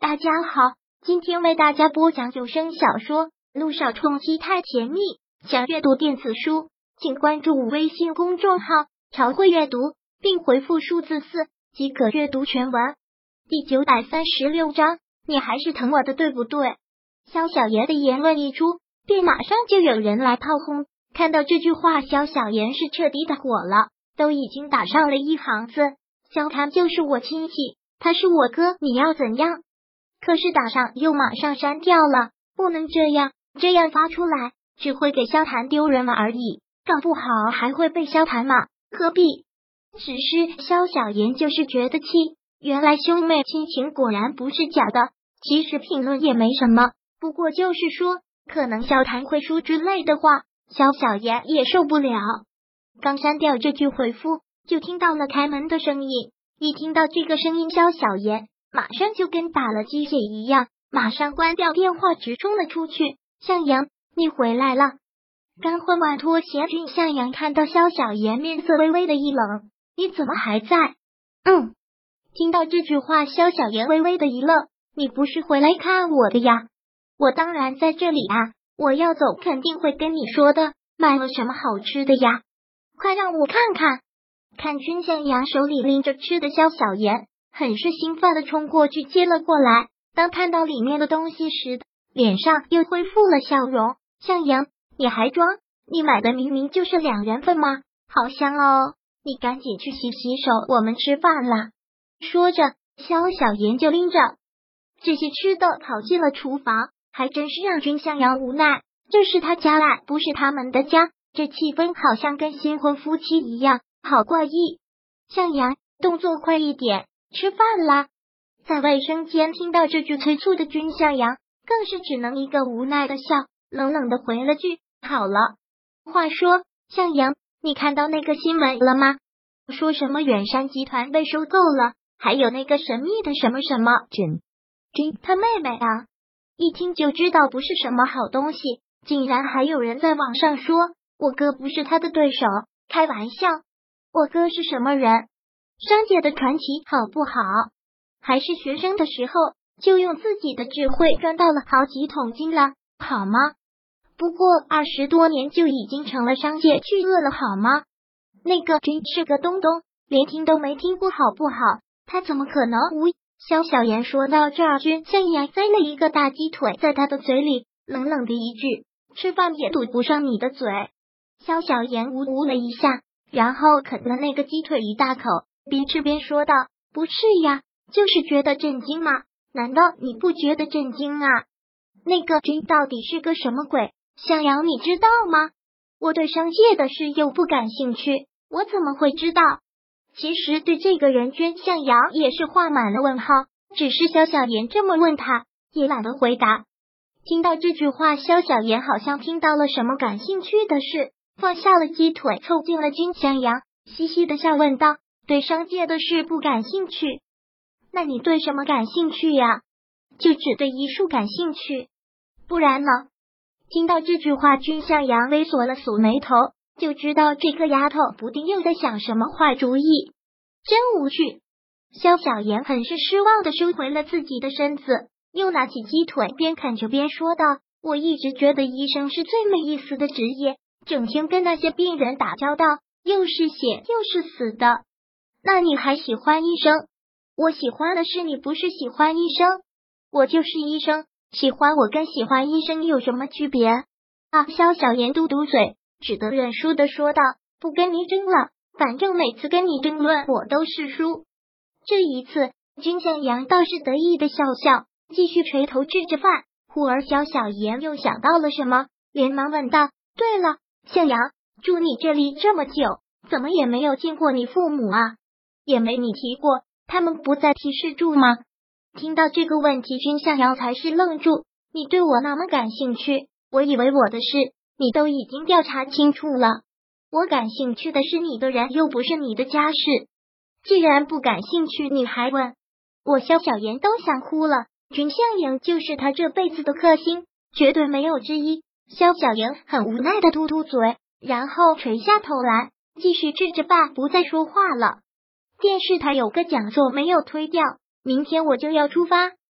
大家好，今天为大家播讲有声小说《路上冲击太甜蜜》。想阅读电子书，请关注微信公众号朝会阅读，并回复数字4即可阅读全文。第936章，你还是疼我的对不对？萧小言的言论一出，便马上就有人来炮轰。看到这句话，萧小言是彻底的火了，都已经打上了一行字：萧谭就是我亲戚，他是我哥，你要怎样？可是打上又马上删掉了，不能这样，这样发出来只会给萧谭丢人了而已，搞不好还会被萧谭骂，何必？只是萧小言就是觉得气，原来兄妹亲情果然不是假的。其实评论也没什么，不过就是说可能萧谭会输之类的话，萧小言也受不了。刚删掉这句回复，就听到了开门的声音。一听到这个声音，萧小言马上就跟打了鸡血一样，马上关掉电话，直冲了出去。向阳，你回来了。刚换完拖鞋，君向阳看到萧小言，面色微微的一冷，你怎么还在？听到这句话，萧小言微微的一愣，你不是回来看我的呀？我当然在这里啊，我要走肯定会跟你说的，买了什么好吃的呀？快让我看看。看君向阳手里拎着吃的，萧小言很是兴奋的冲过去接了过来，当看到里面的东西时，脸上又恢复了笑容。向阳，你还装？你买的明明就是2人份吗？好香哦，你赶紧去洗洗手，我们吃饭啦。说着，萧小言就拎着这些吃的跑进了厨房，还真是让君向阳无奈，这是他家啦，不是他们的家，这气氛好像跟新婚夫妻一样，好怪异。向阳，动作快一点，吃饭啦！在卫生间听到这句催促的君向阳，更是只能一个无奈的笑，冷冷的回了句好了。话说，向阳，你看到那个新闻了吗？说什么远山集团被收购了，还有那个神秘的什么什么君他妹妹啊，一听就知道不是什么好东西，竟然还有人在网上说我哥不是他的对手，开玩笑，我哥是什么人？商界的传奇好不好？还是学生的时候就用自己的智慧赚到了好几桶金了，好吗？不过20多年就已经成了商界巨鳄了，好吗？那个君是个东东，连听都没听过好不好？他怎么可能无？萧小言说到这儿，君向阳塞了一个大鸡腿在他的嘴里，冷冷的一句：吃饭也堵不上你的嘴。萧小言呜了一下，然后啃了那个鸡腿一大口，边吃边说道：不是呀，就是觉得震惊嘛，难道你不觉得震惊啊？那个君到底是个什么鬼？向阳你知道吗？我对商界的事又不感兴趣，我怎么会知道？其实对这个人君向阳也是画满了问号，只是萧小言这么问他，也懒得回答。听到这句话，萧小言好像听到了什么感兴趣的事，放下了鸡腿，凑近了君向阳，嘻嘻的笑问道：对商界的事不感兴趣？那你对什么感兴趣呀？就只对医术感兴趣，不然呢？听到这句话，君向阳微锁了锁眉头，就知道这个丫头不定又在想什么坏主意，真无趣。萧小言很是失望的收回了自己的身子，又拿起鸡腿边啃着边说道：我一直觉得医生是最没意思的职业，整天跟那些病人打交道，又是血又是死的。那你还喜欢医生？我喜欢的是你，不是喜欢医生。我就是医生，喜欢我跟喜欢医生有什么区别啊？萧小言嘟嘟嘴，只得认输的说道：不跟你争了，反正每次跟你争论我都是输。这一次君向阳倒是得意的笑笑，继续垂头吃着饭。忽而萧小言又想到了什么，连忙问道：对了，向阳，住你这里这么久，怎么也没有见过你父母啊？也没你提过他们不在提示住吗？听到这个问题，君向阳才是愣住。你对我那么感兴趣，我以为我的事你都已经调查清楚了，我感兴趣的是你的人，又不是你的家事。既然不感兴趣，你还问？我萧小言都想哭了。君向阳就是他这辈子的克星，绝对没有之一。萧小言很无奈的嘟嘟嘴，然后垂下头来，继续吃着饭，不再说话了。电视台有个讲座没有推掉，明天我就要出发，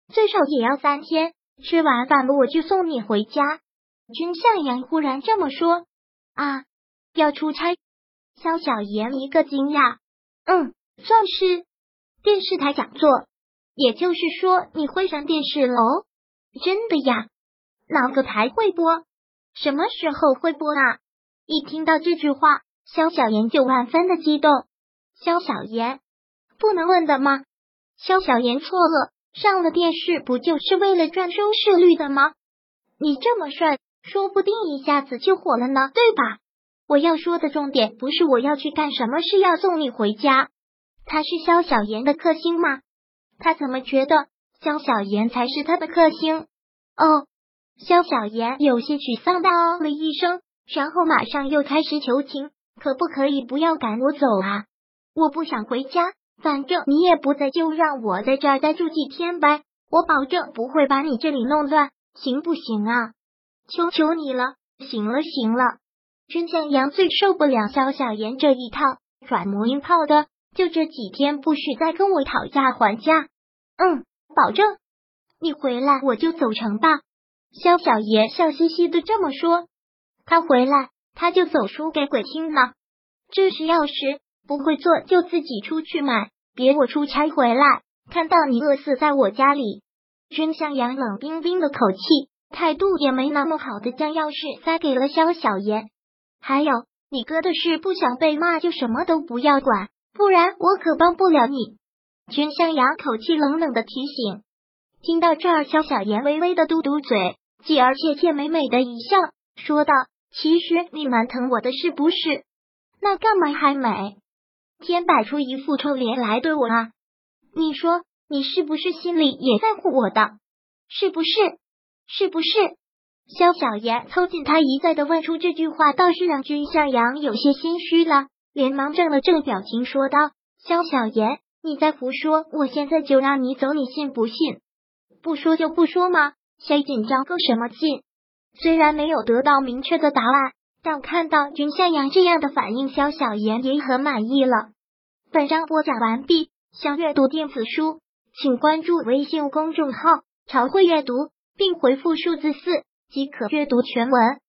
最少也要3天，吃完饭我就送你回家。君向阳忽然这么说。啊，要出差？萧小言一个惊讶。算是。电视台讲座，也就是说你会上电视了哦？真的呀？哪个台会播？什么时候会播啊？一听到这句话，萧小言就万分的激动。萧小言，不能问的吗？萧小言错了，上了电视不就是为了赚收视率的吗？你这么帅，说不定一下子就火了呢，对吧？我要说的重点不是我要去干什么，是要送你回家。他是萧小言的克星吗？他怎么觉得萧小言才是他的克星？哦，萧小言有些沮丧的哦了一声，然后马上又开始求情，可不可以不要赶我走啊？我不想回家，反正你也不在，就让我在这儿再住几天呗，我保证不会把你这里弄乱，行不行啊？求求你了，行了行了。君向阳最受不了萧小言这一套软磨硬泡的，就这几天不许再跟我讨价还价。保证。你回来我就走成吧。萧小爷笑嘻嘻的这么说。他回来他就走输给鬼听呢。这是钥匙，不会做就自己出去买，别我出差回来看到你饿死在我家里。君向阳冷冰冰的口气，态度也没那么好的将钥匙塞给了萧小爷。还有，你哥的事不想被骂就什么都不要管，不然我可帮不了你。君向阳口气冷冷的提醒。听到这儿，萧小言微微的嘟嘟嘴，继而窃窃美美的一笑，说道：其实你蛮疼我的是不是？那干嘛还美？天摆出一副臭脸来对我啊！你说你是不是心里也在乎我的？是不是？是不是？萧小言凑近他一再的问出这句话，倒是让君向阳有些心虚了，连忙正了正表情说道：萧小言，你在胡说，我现在就让你走，你信不信？不说就不说吗？谁紧张个什么劲？虽然没有得到明确的答案，但看到君向阳这样的反应，萧小言也很满意了。本章播讲完毕，想阅读电子书，请关注微信公众号“朝会阅读”，并回复数字4即可阅读全文。